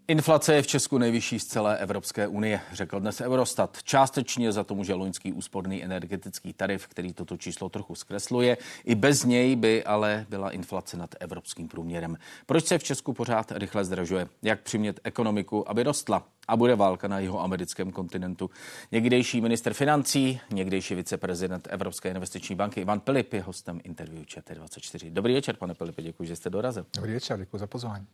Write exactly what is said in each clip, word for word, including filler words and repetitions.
Inflace je v Česku nejvyšší z celé Evropské unie, řekl dnes Eurostat. Částečně za to může loňský úsporný energetický tarif, který toto číslo trochu zkresluje. I bez něj by ale byla inflace nad evropským průměrem. Proč se v Česku pořád rychle zdražuje? Jak přimět ekonomiku, aby rostla? A bude válka na jihoamerickém kontinentu. Někdejší ministr financí, někdejší viceprezident Evropské investiční banky Ivan Pilip je hostem interview Č T dvacet čtyři. Dobrý večer, pane Pilipi, děkuji, že jste dorazil. Dobrý večer, děkuji za pozvání.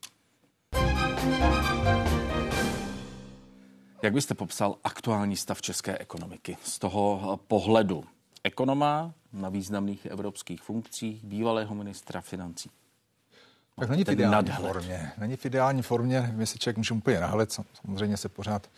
Jak byste popsal aktuální stav české ekonomiky z toho pohledu ekonoma na významných evropských funkcích, bývalého ministra financí? Tak není v ideální formě. Není v ideální formě, nevím, jestli člověk může úplně nahled. Samozřejmě se pořád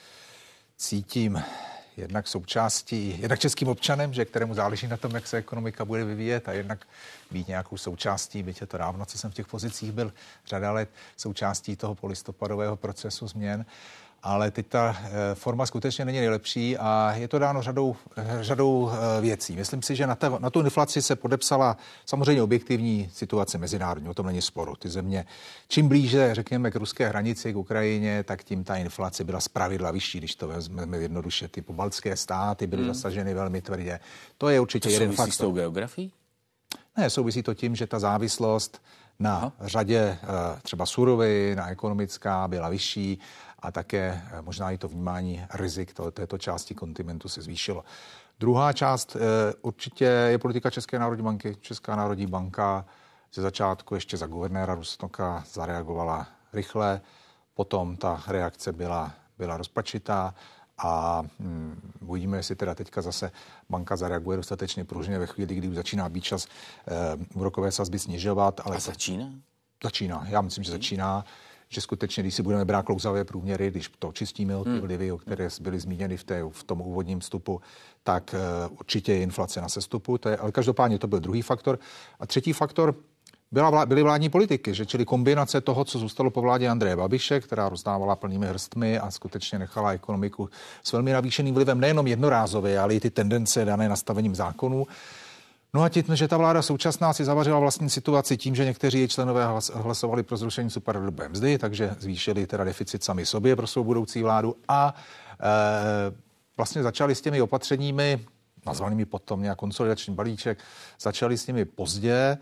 cítím jednak součástí, jednak českým občanem, že kterému záleží na tom, jak se ekonomika bude vyvíjet, a jednak být nějakou součástí, byť je to dávno, co jsem v těch pozicích byl řada let, součástí toho polistopadového procesu změn. Ale teď ta forma skutečně není nejlepší a je to dáno řadou, řadou věcí. Myslím si, že na, ta, na tu inflaci se podepsala samozřejmě objektivní situace mezinárodní, o tom není sporu. Ty země, čím blíže, řekněme, k ruské hranici, k Ukrajině, tak tím ta inflace byla zpravidla vyšší, když to vezmeme jednoduše. Ty pobaltské státy byly hmm. zasaženy velmi tvrdě. To je určitě to jeden faktor. To souvisí s tou geografií? Ne, souvisí to tím, že ta závislost na Aha. řadě třeba surovin, na ekonomická byla vyšší a také možná i to vnímání rizik to, této části kontinentu se zvýšilo. Druhá část určitě je politika České národní banky. Česká národní banka ze začátku ještě za guvernéra Rusnoka zareagovala rychle, potom ta reakce byla, byla rozpačitá a hm, uvidíme, jestli teda teďka zase banka zareaguje dostatečně pružně ve chvíli, kdy už začíná být čas eh, úrokové sazby snižovat. Ale a začíná? Začíná, já myslím, že začíná. Že skutečně, když si budeme brát klouzavé průměry, když to čistíme od ty vlivy, o které byly zmíněny v, té, v tom úvodním vstupu, tak uh, určitě je inflace na sestupu. To je, ale každopádně to byl druhý faktor. A třetí faktor byla vlá, byly vládní politiky, že čili kombinace toho, co zůstalo po vládě Andreje Babiše, která rozdávala plnými hrstmi a skutečně nechala ekonomiku s velmi navýšeným vlivem nejenom jednorázově, ale i ty tendence dané nastavením zákonů. No a tím, že ta vláda současná si zavařila vlastní situaci tím, že někteří její členové hlasovali pro zrušení superhrubé mzdy, takže zvýšili teda deficit sami sobě pro svou budoucí vládu a e, vlastně začali s těmi opatřeními, nazvanými potom nějak konsolidační balíček, začali s nimi pozdě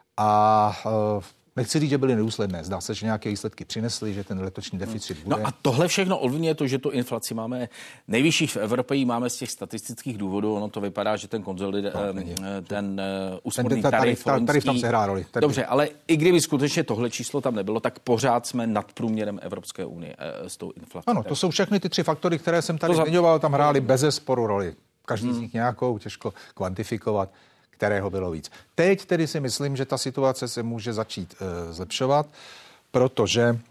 a e, nechci říct, že byly nedůsledné. Zdá se, že nějaké výsledky přinesly, že ten letošní deficit bude. No a tohle všechno ovlivňuje to, že tu inflaci máme nejvyšší v Evropě, ji máme z těch statistických důvodů. Ono to vypadá, že ten konzolid, no, ten, ten úsporný tarif, tarif, tarif tam se hrá roli. Tarif. Dobře, ale i kdyby skutečně tohle číslo tam nebylo, tak pořád jsme nad průměrem Evropské unie s tou inflací. Ano, to jsou všechny ty tři faktory, které jsem tady zmiňoval, tam hrály bezesporu roli. Každý hmm. z nich nějakou, těžko kvantifikovat, kterého bylo víc. Teď tedy si myslím, že ta situace se může začít e, zlepšovat, protože e,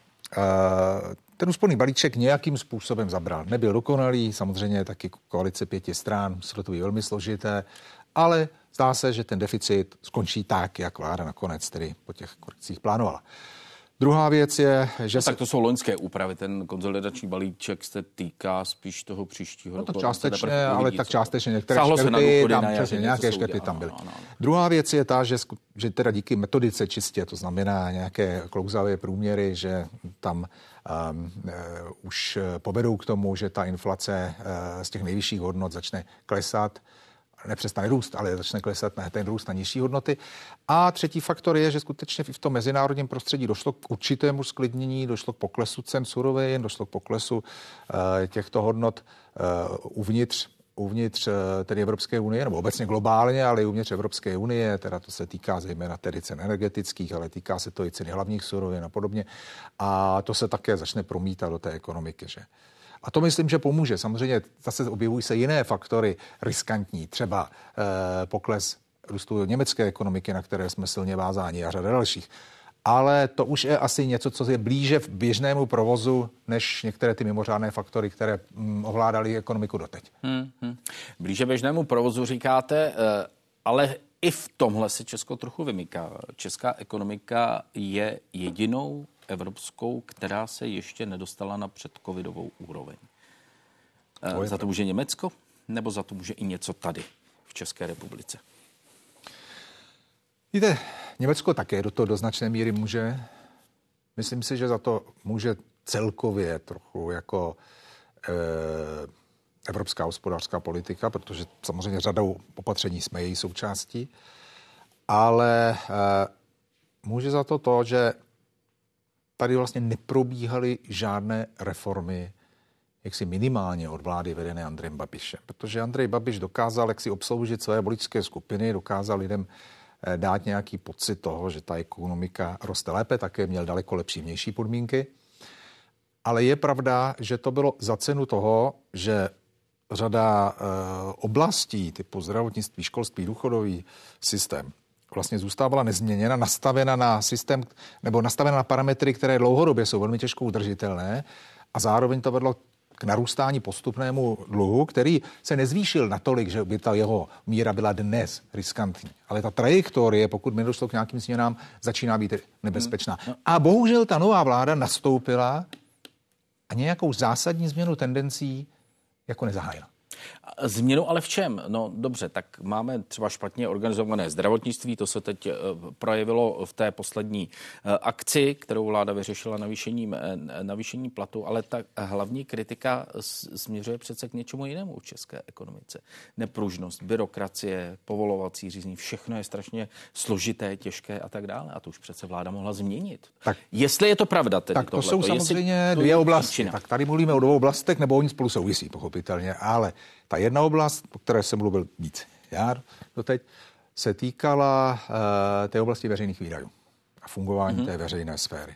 ten úsporný balíček nějakým způsobem zabral. Nebyl dokonalý, samozřejmě taky koalice pěti stran, muselo to být velmi složité, ale zdá se, že ten deficit skončí tak, jak vláda nakonec tedy po těch korekcích plánovala. Druhá věc je, že... No, tak to jsou loňské úpravy, ten konsolidační balíček se týká spíš toho příštího roku. No to částečně, ale tak částečně některé škrty, tam přesně nějaké škrty tam byly. No, no, no. Druhá věc je ta, že, že teda díky metodice čistě, to znamená nějaké klouzavé průměry, že tam um, uh, už povedou k tomu, že ta inflace uh, z těch nejvyšších hodnot začne klesat, nepřestane růst, ale začne klesat na ten růst na nižší hodnoty. A třetí faktor je, že skutečně v tom mezinárodním prostředí došlo k určitému sklidnění, došlo k poklesu cen surovin, došlo k poklesu uh, těchto hodnot uh, uvnitř, uvnitř uh, tedy Evropské unie, nebo obecně globálně, ale i uvnitř Evropské unie, teda to se týká zejména tedy cen energetických, ale týká se to i ceny hlavních surovin a podobně. A to se také začne promítat do té ekonomiky, že? A to myslím, že pomůže. Samozřejmě zase objevují se jiné faktory riskantní, třeba eh, pokles růstu německé ekonomiky, na které jsme silně vázáni a řada dalších. Ale to už je asi něco, co je blíže v běžnému provozu, než některé ty mimořádné faktory, které hm, ovládaly ekonomiku doteď. Hmm, hmm. Blíže běžnému provozu říkáte, eh, ale i v tomhle se Česko trochu vymyká. Česká ekonomika je jedinou evropskou, která se ještě nedostala na předcovidovou úroveň. To za to může Německo, nebo za to může i něco tady v České republice? Víte, Německo také do toho do značné míry může. Myslím si, že za to může celkově trochu jako e, evropská hospodářská politika, protože samozřejmě řadou opatření jsme její součástí, ale e, může za to to, že tady vlastně neprobíhaly žádné reformy, jaksi minimálně od vlády vedené Andrejem Babišem. Protože Andrej Babiš dokázal jaksi obsloužit své voličské skupiny, dokázal lidem dát nějaký pocit toho, že ta ekonomika roste lépe, také měl daleko lepší vnější podmínky. Ale je pravda, že to bylo za cenu toho, že řada e, oblastí typu zdravotnictví, školství, důchodový systém vlastně zůstávala nezměněna, nastavena na systém, nebo nastavena na parametry, které dlouhodobě jsou velmi těžko udržitelné a zároveň to vedlo k narůstání postupnému dluhu, který se nezvýšil natolik, že by ta jeho míra byla dnes riskantní. Ale ta trajektorie, pokud mi došlo k nějakým změnám, začíná být nebezpečná. A bohužel ta nová vláda nastoupila a nějakou zásadní změnu tendencí jako nezahájila. Změnu ale v čem? No dobře, tak máme třeba špatně organizované zdravotnictví, to se teď projevilo v té poslední akci, kterou vláda vyřešila navýšením, navýšení platu, ale ta hlavní kritika směřuje přece k něčemu jinému v české ekonomice. Nepružnost, byrokracie, povolovací řízení, všechno je strašně složité, těžké a tak dále. A to už přece vláda mohla změnit. Tak, jestli je to pravda tedy tak to tohleto, jsou samozřejmě dvě oblasti. Příčina. Tak tady mluvíme o dvou oblastech, nebo oni spolu souvisí, pochopitelně, ale ta jedna oblast, o které jsem mluvil víc já doteď, se týkala uh, té oblasti veřejných výdajů a fungování mm-hmm. té veřejné sféry.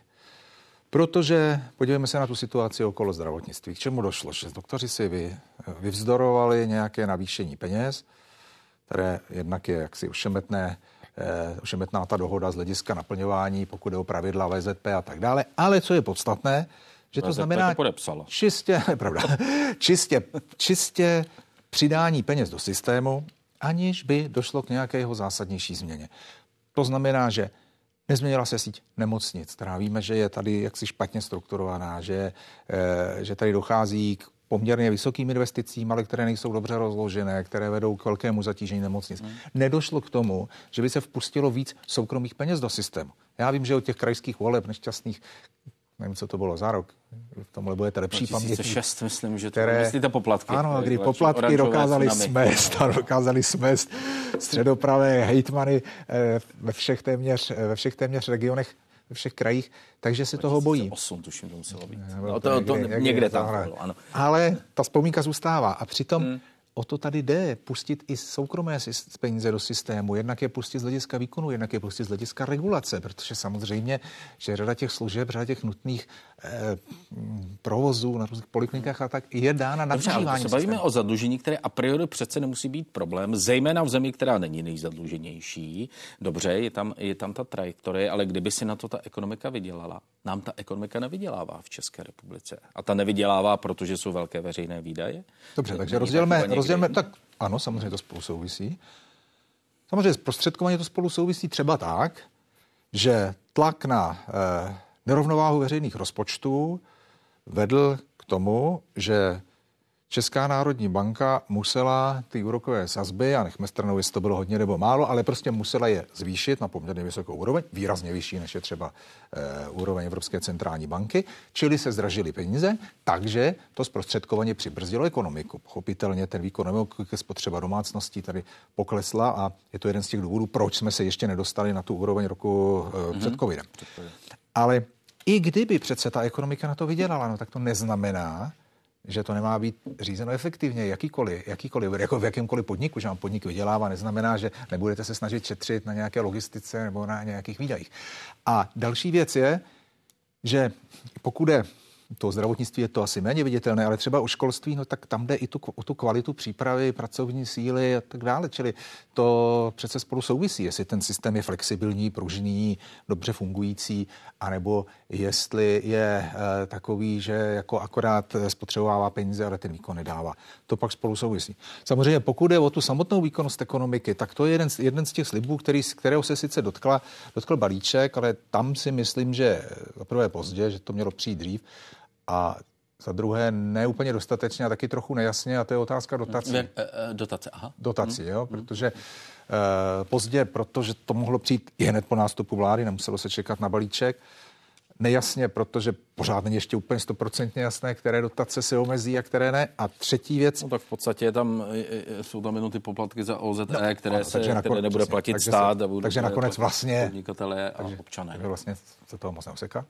Protože podívejme se na tu situaci okolo zdravotnictví. K čemu došlo? Že doktoři si vy, vyvzdorovali nějaké navýšení peněz, které jednak je jaksi ošemetné, uh, ošemetná ta dohoda z hlediska naplňování, pokud je o pravidla V Z P a tak dále. Ale co je podstatné, že to znamená to čistě, pravda, čistě, čistě přidání peněz do systému, aniž by došlo k nějaké jeho zásadnější změně. To znamená, že nezměnila se síť nemocnic, která víme, že je tady jaksi špatně strukturovaná, že, že tady dochází k poměrně vysokým investicím, ale které nejsou dobře rozložené, které vedou k velkému zatížení nemocnic. Hmm. Nedošlo k tomu, že by se vpustilo víc soukromých peněz do systému. Já vím, že od těch krajských voleb nešťastných, nevím, co to bylo za rok, v tomhle budete lepší paměti. dva tisíce šest, myslím, že to které, myslíte poplatky. Ano, kdy poplatky dokázali smést, dokázali smést středopravé hejtmany ve všech téměř, ve všech téměř regionech, ve všech krajích, takže se toho bojí. osm tuším, to muselo být. No, to, to, to někde, někde tam bylo, ano. Ale ta vzpomínka zůstává a přitom hmm. o to tady jde, pustit i soukromé peníze do systému, jednak je pustit z hlediska výkonu, jednak je pustit z hlediska regulace, protože samozřejmě, že řada těch služeb, řada těch nutných eh, provozů na různých poliklinikách a tak je dána na využívání systému. Se bavíme o zadlužení, které a priori přece nemusí být problém, zejména v zemi, která není nejzadluženější. Dobře, je tam, je tam ta trajektorie, ale kdyby si na to ta ekonomika vydělala, nám ta ekonomika nevydělává v České republice. A ta nevydělává, protože jsou velké veřejné výdaje. Dobře, takže rozdělme, rozdělme, tak ano, samozřejmě to spolu souvisí. Samozřejmě zprostředkovaně to spolu souvisí třeba tak, že tlak na eh, nerovnováhu veřejných rozpočtů vedl k tomu, že Česká národní banka musela ty úrokové sazby, a nechme stranou, jestli to bylo hodně nebo málo, ale prostě musela je zvýšit na poměrně vysokou úroveň, výrazně vyšší, než je třeba e, úroveň Evropské centrální banky, čili se zdražily peníze, takže to zprostředkovaně přibrzdilo ekonomiku. Pochopitelně ten výkon ekonomiky, spotřeba domácností tady poklesla a je to jeden z těch důvodů, proč jsme se ještě nedostali na tu úroveň roku e, mm-hmm. před covidem. Ale i kdyby přece ta ekonomika na to vydělala, no tak to neznamená, že to nemá být řízeno efektivně, jakýkoliv, jakýkoliv, jako v jakémkoliv podniku, že vám podnik vydělává, neznamená, že nebudete se snažit šetřit na nějaké logistice nebo na nějakých výdajích. A další věc je, že pokud je to zdravotnictví, je to asi méně viditelné, ale třeba u školství, no tak tam jde i tu, o tu kvalitu přípravy, pracovní síly a tak dále. Čili to přece spolu souvisí, jestli ten systém je flexibilní, pružný, dobře fungující, anebo jestli je e, takový, že jako akorát spotřebovává peníze, ale ten výkon nedává. To pak spolu souvisí. Samozřejmě pokud je o tu samotnou výkonnost ekonomiky, tak to je jeden z, jeden z těch slibů, který, kterého se sice dotkla, dotkl balíček, ale tam si myslím, že za prvé pozdě, že to mělo přijít dřív, a za druhé ne úplně dostatečně a taky trochu nejasně, a to je otázka dotací. Dotace, aha. Dotací, hmm. jo, protože eh, pozdě, protože to mohlo přijít i hned po nástupu vlády, nemuselo se čekat na balíček. nejasně, protože pořád není ještě úplně stoprocentně jasné, které dotace se omezí a které ne. A třetí věc... No tak v podstatě tam, jsou tam jenom ty poplatky za O Z E, no, které, ano, se, které nakonec, nebude platit takže stát. Se, a bude takže nakonec vlastně... podnikatelé a takže, občané. Takže vlastně se toho moc neuseká.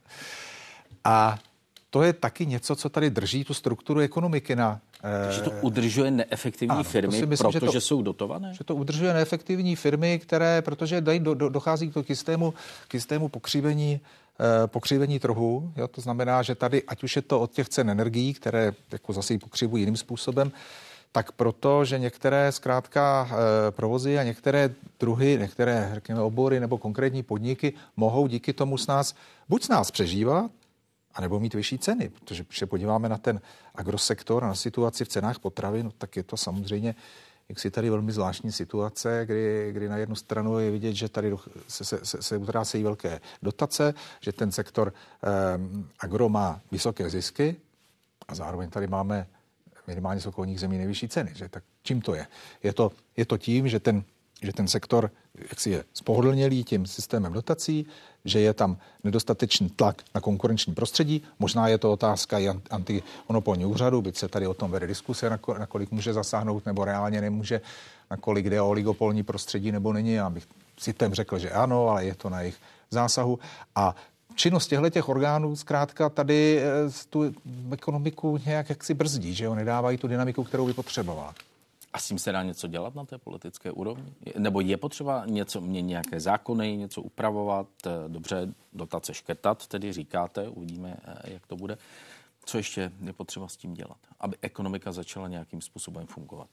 A to je taky něco, co tady drží tu strukturu ekonomiky na... Takže to udržuje neefektivní ano, firmy, myslím, protože to, jsou dotované? Že to udržuje neefektivní firmy, které, protože dají, do, do, dochází k jistému, k jistému pokřivení, eh, pokřivení trhu. Jo? To znamená, že tady, ať už je to od těch cen energií, které jako zase ji pokřivují jiným způsobem, tak proto, že některé zkrátka eh, provozy a některé druhy, některé řekněme, obory nebo konkrétní podniky mohou díky tomu s nás, buď s nás přežívat, a nebo mít vyšší ceny, protože když se podíváme na ten agrosektor a na situaci v cenách potravin, no, tak je to samozřejmě jak si tady velmi zvláštní situace, kdy, kdy na jednu stranu je vidět, že tady se, se, se, se utrácejí velké dotace, že ten sektor eh, agro má vysoké zisky a zároveň tady máme minimálně z okolních zemí nejvyšší ceny. Že? Tak čím to je? Je to, je to tím, že ten že ten sektor jaksi je spohodlnělý tím systémem dotací, že je tam nedostatečný tlak na konkurenční prostředí. Možná je to otázka i antimonopolního úřadu, byť se tady o tom vede diskuse, nakolik může zasáhnout nebo reálně nemůže, nakolik jde o oligopolní prostředí nebo není. Já bych si tím řekl, že ano, ale je to na jejich zásahu. A činnost těchto orgánů zkrátka tady tu ekonomiku nějak jaksi brzdí, že jo, nedávají tu dynamiku, kterou by potřebovala. A s tím se dá něco dělat na té politické úrovni? Nebo je potřeba něco, mě nějaké zákony, něco upravovat, dobře, dotace škrtat, tedy říkáte, uvidíme, jak to bude. Co ještě je potřeba s tím dělat, aby ekonomika začala nějakým způsobem fungovat?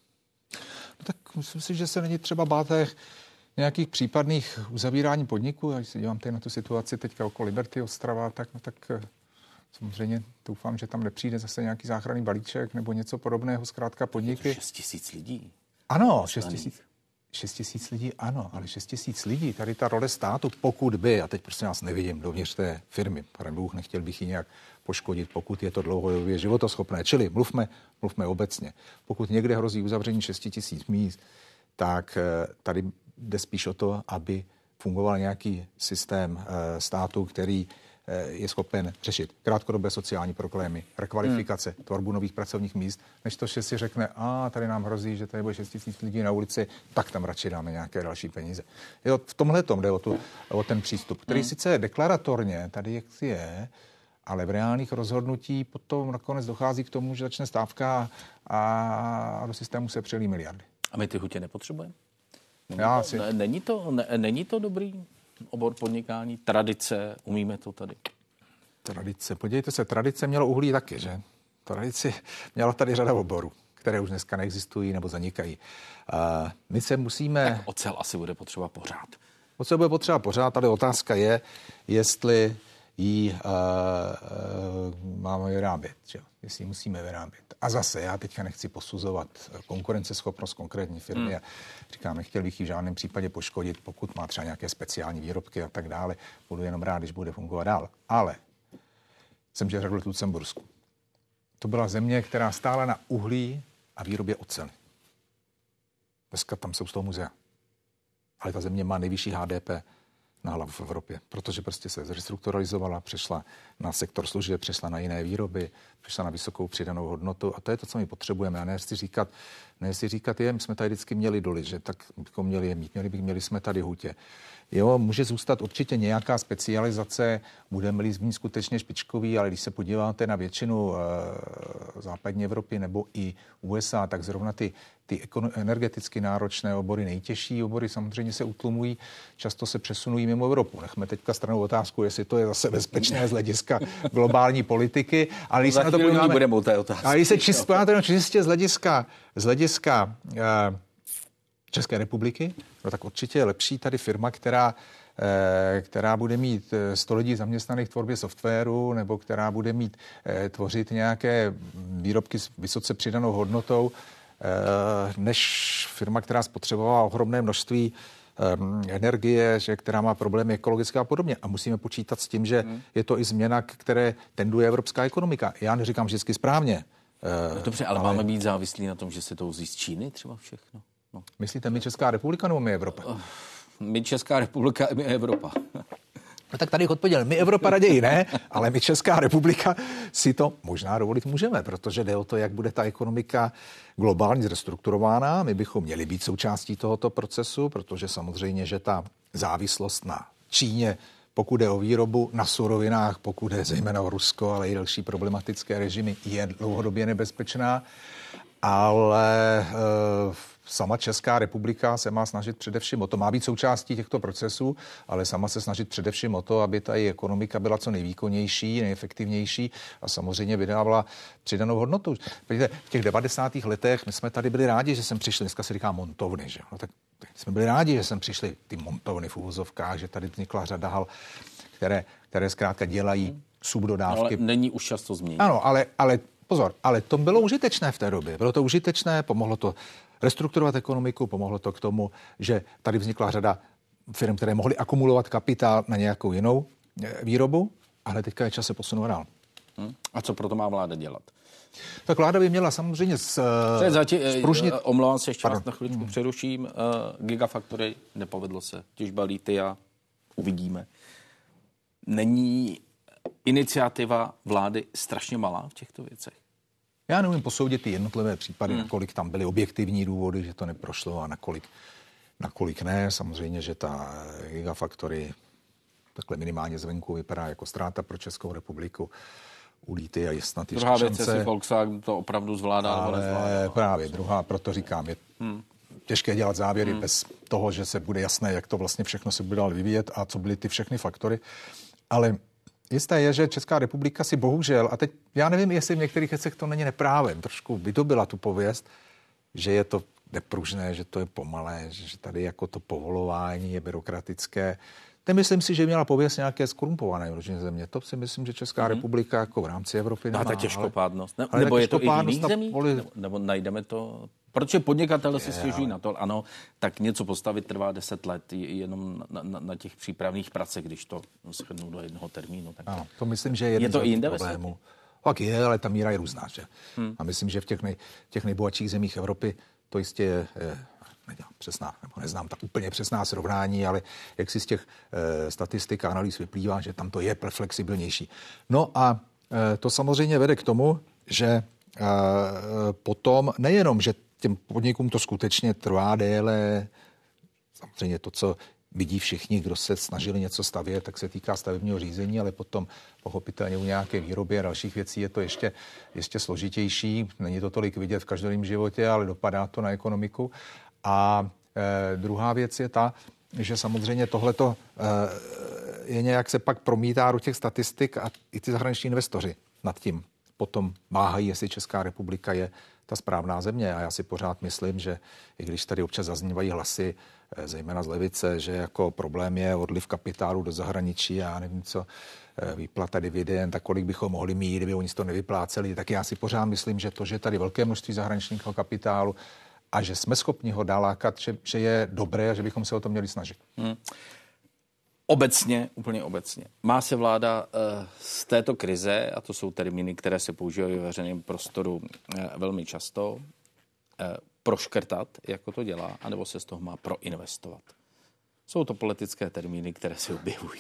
No tak myslím si, že se není třeba bát nějakých případných uzavírání podniků. Já když se dívám tady na tu situaci teďka okolo Liberty Ostrava, tak, no tak samozřejmě doufám, že tam nepřijde zase nějaký záchranný balíček nebo něco podobného, zkrátka podniky. šest tisíc lidí. Ano, šest tisíc lidí, ano, ale šest tisíc lidí, tady ta role státu, pokud by, a teď prostě nás nevidím dovnitř té firmy, pane Bůh, nechtěl bych ji nějak poškodit, pokud je to dlouhodobě životoschopné, čili mluvme, mluvme obecně. Pokud někde hrozí uzavření šest tisíc míst, tak tady jde spíš o to, aby fungoval nějaký systém státu, který je schopen řešit krátkodobé sociální problémy, rekvalifikace, hmm. tvorbu nových pracovních míst, než to, že si řekne, a tady nám hrozí, že tady bude šest tisíc lidí na ulici, tak tam radši dáme nějaké další peníze. Jo, v tomhle tom jde o, tu, o ten přístup, který hmm. sice deklaratorně tady jak je, ale v reálných rozhodnutí potom nakonec dochází k tomu, že začne stávka a do systému se přelí miliardy. A my ty hutě nepotřebujeme? Není, Já to, si... ne, není, to, ne, není to dobrý obor podnikání, tradice, umíme to tady? Tradice, podívejte se, tradice mělo uhlí taky, že? Tradici měla tady řada oborů, které už dneska neexistují nebo zanikají. Uh, my se musíme... Tak ocel asi bude potřeba pořád. Ocel bude potřeba pořád, ale otázka je, jestli ji uh, uh, máme vyrábět, že? Jestli ji musíme vyrábět. A zase, já teďka nechci posuzovat konkurenceschopnost konkrétní firmy hmm. a říkám, nechtěl bych ji v žádném případě poškodit, pokud má třeba nějaké speciální výrobky a tak dále. Budu jenom rád, když bude fungovat dál. Ale jsem žil řadu let v Lucembursku. To byla země, která stála na uhlí a výrobě oceli. Dneska tam jsou z toho muzea. Ale ta země má nejvyšší H D P na hlavu v Evropě, protože prostě se zrestrukturalizovala, přešla na sektor služeb, přešla na jiné výroby, přešla na vysokou přidanou hodnotu a to je to, co my potřebujeme. A ne si říkat, ne si říkat je, my jsme tady vždycky měli doly, že tak bychom měli je mít, měli bych, měli jsme tady hutě. Jo, může zůstat určitě nějaká specializace, budeme-li z ní skutečně špičkový, ale když se podíváte na většinu e, západní Evropy nebo i U S A, tak zrovna ty, ty energeticky náročné obory, nejtěžší obory samozřejmě se utlumují, často se přesunují mimo Evropu. Nechme teďka stranou otázku, jestli to je zase bezpečné z hlediska globální politiky, ale když se na to podíváme, ale když se čist, no, čistě z hlediska, z hlediska e, České republiky, no tak určitě je lepší tady firma, která, eh, která bude mít sto lidí zaměstnaných v tvorbě softwaru nebo která bude mít eh, tvořit nějaké výrobky s vysoce přidanou hodnotou, eh, než firma, která spotřebovala ohromné množství eh, energie, že, která má problémy ekologické a podobně. A musíme počítat s tím, že hmm. je to i změna, k které tenduje evropská ekonomika. Já neříkám vždycky správně. Eh, no dobře, ale, ale máme být závislí na tom, že se to uzí z Číny třeba všechno? No. Myslíte my Česká republika nebo my Evropa? My Česká republika, my Evropa. No tak tady odpověděl, my Evropa raději ne, ale my Česká republika si to možná dovolit můžeme, protože jde o to, jak bude ta ekonomika globálně zrestrukturována. My bychom měli být součástí tohoto procesu, protože samozřejmě, že ta závislost na Číně, pokud je o výrobu, na surovinách, pokud je zejména o Rusko, ale i další problematické režimy, je dlouhodobě nebezpečná. Ale e, sama Česká republika se má snažit především o to, má být součástí těchto procesů, ale sama se snažit především o to, aby ta její ekonomika byla co nejvýkonnější, nejefektivnější a samozřejmě vydávala přidanou hodnotu. Protože v těch devadesátých letech my jsme tady byli rádi, že sem přišli, dneska se říká montovny, že? No tak jsme byli rádi, že sem přišli ty montovny v uvozovkách, že tady vznikla řada hal, které, které zkrátka dělají subdodávky. Ale není už často změnit. Ano, ale, ale pozor, ale to bylo užitečné v té době. Bylo to užitečné, pomohlo to restrukturovat ekonomiku, pomohlo to k tomu, že tady vznikla řada firm, které mohly akumulovat kapitál na nějakou jinou výrobu, ale teďka je čas se posunout dál. Hmm. A co proto má vláda dělat? Tak vláda by měla samozřejmě s, spružnit... Omlouvám se, ještě vás na chvíličku hmm. přeruším. Uh, Gigafactory, nepovedlo se. Těžba lithia, uvidíme. Není iniciativa vlády strašně malá v těchto věcech? Já neumím posoudit ty jednotlivé případy, hmm. nakolik tam byly objektivní důvody, že to neprošlo a nakolik, nakolik ne. Samozřejmě, že ta Gigafactory takhle minimálně zvenku vypadá jako ztráta pro Českou republiku. U lithia je snad ještě druhá šance. Druhá věc, jestli Volkswagen to opravdu zvládá, ale nebo nezvládá. Právě druhá, proto říkám, je hmm. těžké dělat závěry hmm. bez toho, že se bude jasné, jak to vlastně všechno se bude dál vyvíjet a co byly ty všechny faktory. Ale jisté je, že Česká republika si bohužel, a teď já nevím, jestli v některých věcech to není neprávem, trošku vydobila tu pověst, že je to nepružné, že to je pomalé, že tady jako to povolování je byrokratické. Nemyslím si, že měla pověst nějaké skorumpované ročně země. To si myslím, že Česká mm. republika jako v rámci Evropy nemá. No, ta těžkopádnost. Ne, nebo je to i v jiných zemích? Poli... Nebo, nebo najdeme to... Protože podnikatele si stěžují na to, ano, tak něco postavit trvá deset let jenom na, na, na těch přípravných pracech, když to shrnu do jednoho termínu. Tak ano, to myslím, že je, je to i jinde problémů. Tak je, ale ta míra je různá. Že? Hmm. A myslím, že v těch, nej, těch nejbohatších zemích Evropy to jistě je... je nedělám přesná, nebo neznám tak úplně přesná srovnání, ale jak si z těch e, statistik a analýz vyplývá, že tam to je flexibilnější. No a e, to samozřejmě vede k tomu, že e, potom nejenom, že těm podnikům to skutečně trvá déle, samozřejmě to, co vidí všichni, kdo se snažili něco stavět, tak se týká stavebního řízení, ale potom pochopitelně u nějaké výroby a dalších věcí je to ještě, ještě složitější. Není to tolik vidět v každodenním životě, ale dopadá to na ekonomiku. A e, druhá věc je ta, že samozřejmě tohleto e, je nějak se pak promítá do těch statistik a i ty zahraniční investoři nad tím potom váhají, jestli Česká republika je ta správná země. A já si pořád myslím, že i když tady občas zaznívají hlasy, e, zejména z levice, že jako problém je odliv kapitálu do zahraničí a já nevím co, e, výplata dividend, tak kolik bychom mohli mít, kdyby oni to nevypláceli, tak já si pořád myslím, že to, že tady velké množství zahraničního kapitálu a že jsme schopni ho nalákat, že, že je dobré a že bychom se o to měli snažit. Hmm. Obecně, úplně obecně. Má se vláda uh, z této krize, a to jsou termíny, které se používají ve veřejném prostoru uh, velmi často, uh, proškrtat, jako to dělá, anebo se z toho má proinvestovat. Jsou to politické termíny, které se objevují.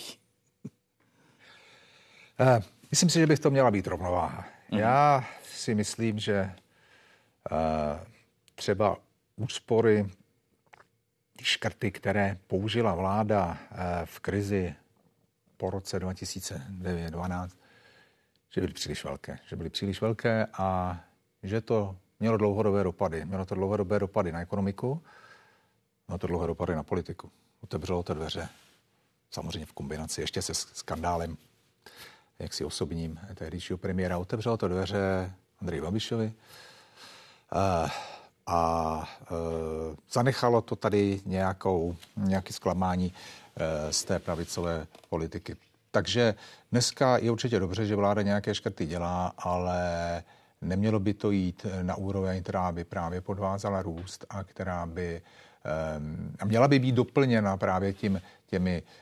uh, myslím si, že bych to měla být rovnováha. Hmm. Já si myslím, že uh, třeba úspory, škrty, které použila vláda v krizi po roce dva tisíce devět dvanáct, že byly příliš velké. Že byly příliš velké a že to mělo dlouhodobé dopady. Mělo to dlouhodobé dopady na ekonomiku, mělo to dlouhodobé dopady na politiku. Otevřelo to dveře, samozřejmě v kombinaci ještě se skandálem, jaksi osobním tehdejšího premiéra, otevřelo to dveře Andreji Babišovi. Uh, a e, zanechalo to tady nějakou, nějaké zklamání e, z té pravicové politiky. Takže dneska je určitě dobře, že vláda nějaké škrty dělá, ale nemělo by to jít na úroveň, která by právě podvázala růst a která by e, a měla by být doplněna právě tím, těmi,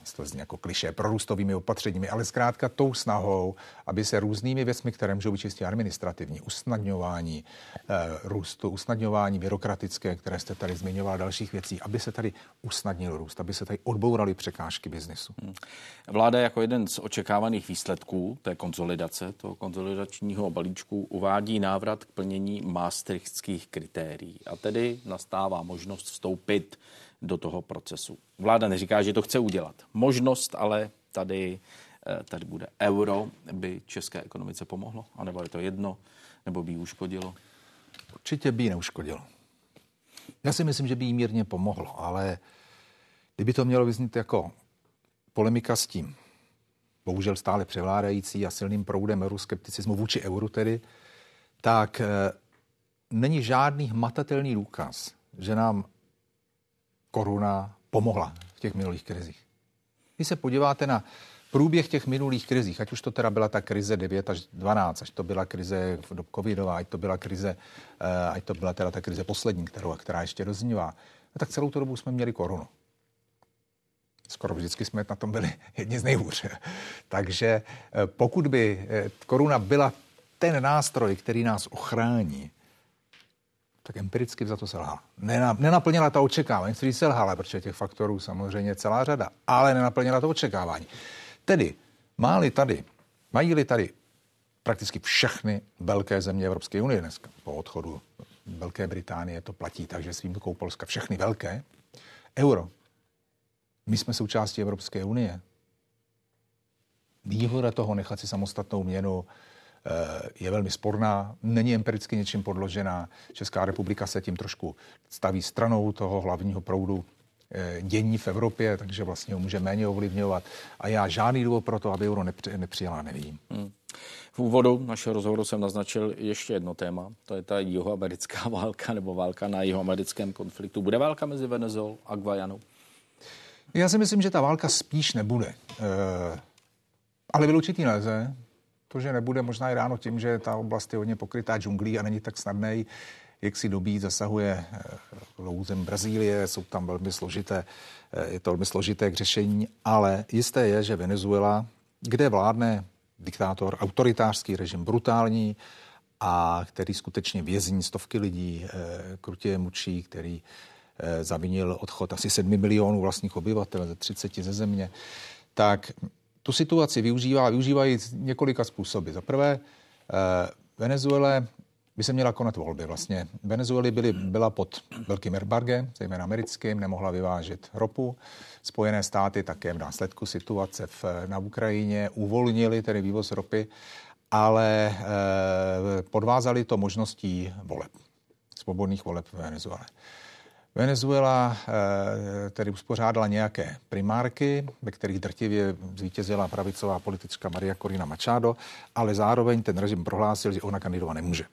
to zní jako klišé, prorůstovými opatřeními, ale zkrátka tou snahou, aby se různými věcmi, které můžou být čistě administrativní, usnadňování eh, růstu, usnadňování byrokratické, které jste tady zmiňoval, dalších věcí, aby se tady usnadnil růst, aby se tady odbouraly překážky biznesu. Hmm. Vláda jako jeden z očekávaných výsledků té konsolidace, toho konsolidačního balíčku uvádí návrat k plnění maastrichtských kritérií a tedy nastává možnost vstoupit do toho procesu. Vláda neříká, že to chce udělat. Možnost, ale tady, tady bude euro, by české ekonomice pomohlo? A nebo je to jedno, nebo by jí uškodilo? Určitě by jí neuškodilo. Já si myslím, že by jí mírně pomohlo, ale kdyby to mělo vyznít jako polemika s tím, bohužel stále převládající a silným proudem euroskepticismu vůči euru tedy, tak e, není žádný hmatatelný důkaz, že nám koruna pomohla v těch minulých krizích. Když se podíváte na průběh těch minulých krizích, ať už to teda byla ta krize devět až dvanáct, až to byla krize covidová, ať to byla krize, ať to byla teda ta krize poslední, kterou, která ještě doznívá, tak celou tu dobu jsme měli korunu. Skoro vždycky jsme na tom byli jedni z nejhůř. Takže pokud by koruna byla ten nástroj, který nás ochrání, tak empiricky za to selhala. Nenaplnila ta očekávání, který selhala, protože těch faktorů samozřejmě celá řada, ale nenaplnila to očekávání. Tedy má-li tady, mají-li tady prakticky všechny velké země Evropské unie dneska, po odchodu Velké Británie to platí, takže s výjimkou Polska všechny velké, euro. My jsme součástí Evropské unie. Výhoda toho nechat si samostatnou měnu je velmi sporná, není empiricky něčím podložená. Česká republika se tím trošku staví stranou toho hlavního proudu dění v Evropě, takže vlastně ho může méně ovlivňovat. A já žádný důvod pro to, aby euro nepřijala, nevím. Hmm. V úvodu našeho rozhovoru jsem naznačil ještě jedno téma. To je ta jihoamerická válka nebo válka na jihoamerickém konfliktu. Bude válka mezi Venezuelou a Guajanou? Já si myslím, že ta válka spíš nebude. E, ale vyloučit ji nelze. To, že nebude, možná i ráno tím, že ta oblast je hodně pokrytá džunglí a není tak snadnej, jak si dobít, zasahuje území Brazílie, jsou tam velmi složité, je to velmi složité k řešení, ale jisté je, že Venezuela, kde vládne diktátor, autoritářský režim, brutální a který skutečně vězní stovky lidí, krutě mučí, který zavinil odchod asi sedmi milionů vlastních obyvatel ze třiceti ze země, tak tu situaci využívá, využívají několika způsoby. Za prvé, Venezuele by se měla konat volby. Vlastně Venezuela byly, byla pod velkým embargem, zejména americkým, nemohla vyvážet ropu. Spojené státy také v následku situace v, na Ukrajině uvolnili tedy vývoz ropy, ale eh, podvázali to možností voleb, svobodných voleb v Venezuele. Venezuela eh, tedy uspořádala nějaké primárky, ve kterých drtivě zvítězila pravicová politička Maria Corina Machado, ale zároveň ten režim prohlásil, že ona kandidovat nemůže.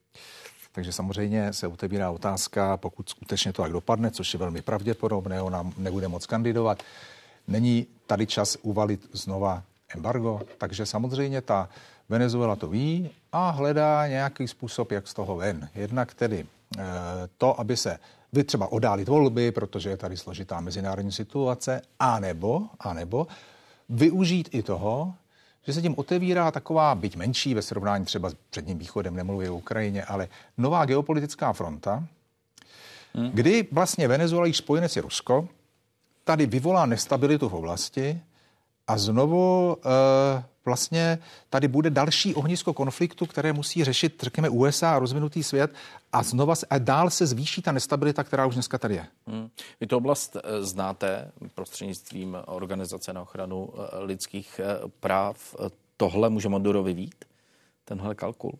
Takže samozřejmě se otevírá otázka, pokud skutečně to tak dopadne, což je velmi pravděpodobné, ona nebude moc kandidovat, není tady čas uvalit znova embargo, takže samozřejmě ta Venezuela to ví a hledá nějaký způsob, jak z toho ven. Jednak tedy e, to, aby se vy třeba odálit volby, protože je tady složitá mezinárodní situace, anebo, anebo využít i toho, že se tím otevírá taková, byť menší ve srovnání třeba s předním východem, nemluví o Ukrajině, ale nová geopolitická fronta, hmm. kdy vlastně Venezuela, již spojenec je Rusko, tady vyvolá nestabilitu v oblasti a znovu e, vlastně tady bude další ohnisko konfliktu, které musí řešit, řekněme, U S A a rozvinutý svět a znova a dál se zvýší ta nestabilita, která už dneska tady je. Hmm. Vy tu oblast znáte prostřednictvím Organizace na ochranu lidských práv. Tohle může Maduro vyvít? Tenhle kalkul?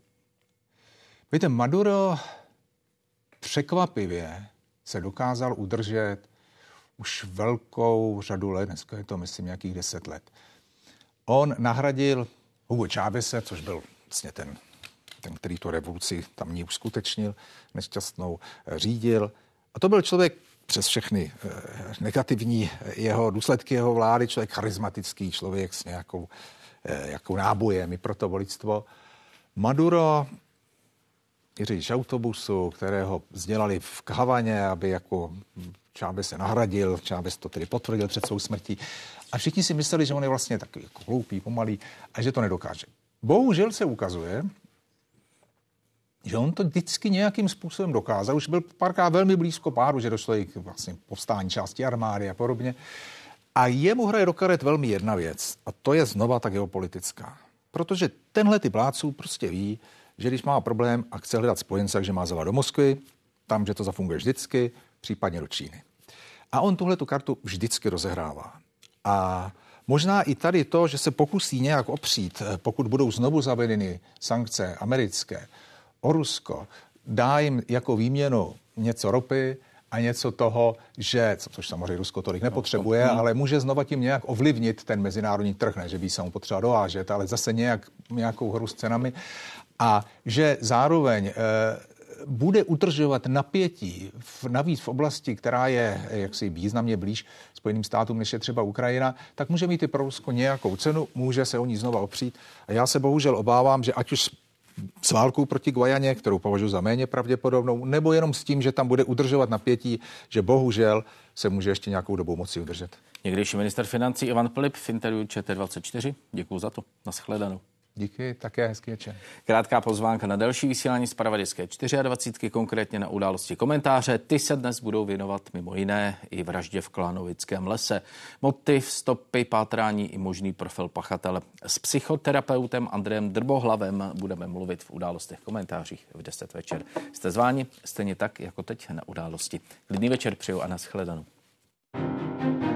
Víte, Maduro překvapivě se dokázal udržet už velkou řadu let, dneska je to myslím nějakých deset let. On nahradil Hugo Chávese, což byl vlastně ten, ten, který tu revoluci tamní uskutečnil, nešťastnou řídil. A to byl člověk přes všechny eh, negativní jeho důsledky jeho vlády, člověk charismatický, člověk s nějakou eh, jakou nábojem i pro to voličstvo. Maduro je řidič autobusu, kterého vzdělali v Havaně, aby jako Chávez se nahradil, Chávez to tedy potvrdil před svou smrtí. A všichni si mysleli, že on je vlastně takový jako hloupý, pomalý a že to nedokáže. Bohužel se ukazuje, že on to vždycky nějakým způsobem dokázal. Už byl párkrát velmi blízko pádu, že došlo i k vlastně povstání části armády a podobně. A jemu hraje do karet velmi jedna věc. A to je znova ta geopolitická. Protože tenhle typ vládců prostě ví, že když má problém a chce hledat spojence, takže má zavolat do Moskvy, tam, že to zafunguje vždycky, případně do Číny. A on tuhle tu kartu vždycky rozehrává. A možná i tady to, že se pokusí nějak opřít, pokud budou znovu zavedeny sankce americké o Rusko, dá jim jako výměnu něco ropy a něco toho, že, což samozřejmě Rusko tolik nepotřebuje, no, ale může znova tím nějak ovlivnit ten mezinárodní trh, ne, že by se mu potřeba dovážet, ale zase nějak, nějakou hru s cenami. A že zároveň e, bude udržovat napětí v, navíc v oblasti, která je jaksi významně blíž Spojeným státům, než je třeba Ukrajina, tak může mít i pro Rusko nějakou cenu, může se o ní znova opřít. A já se bohužel obávám, že ať už s válkou proti Guajaně, kterou považuji za méně pravděpodobnou, nebo jenom s tím, že tam bude udržovat napětí, že bohužel se může ještě nějakou dobu moci udržet. Někdejší minister financí Ivan Pilip v interview Č T dvacet čtyři. Děkuju za to. Nashledanou. Díky, také hezký večer. Krátká pozvánka na další vysílání z Zpravodajské dvacet čtyři, konkrétně na události komentáře. Ty se dnes budou věnovat mimo jiné i vraždě v Klanovickém lese. Motiv, stopy, pátrání i možný profil pachatele. S psychoterapeutem Andrejem Drbohlavem budeme mluvit v událostech komentářích v deset večer. Jste zváni stejně tak jako teď na události. Klidný večer přeju a nashledanou.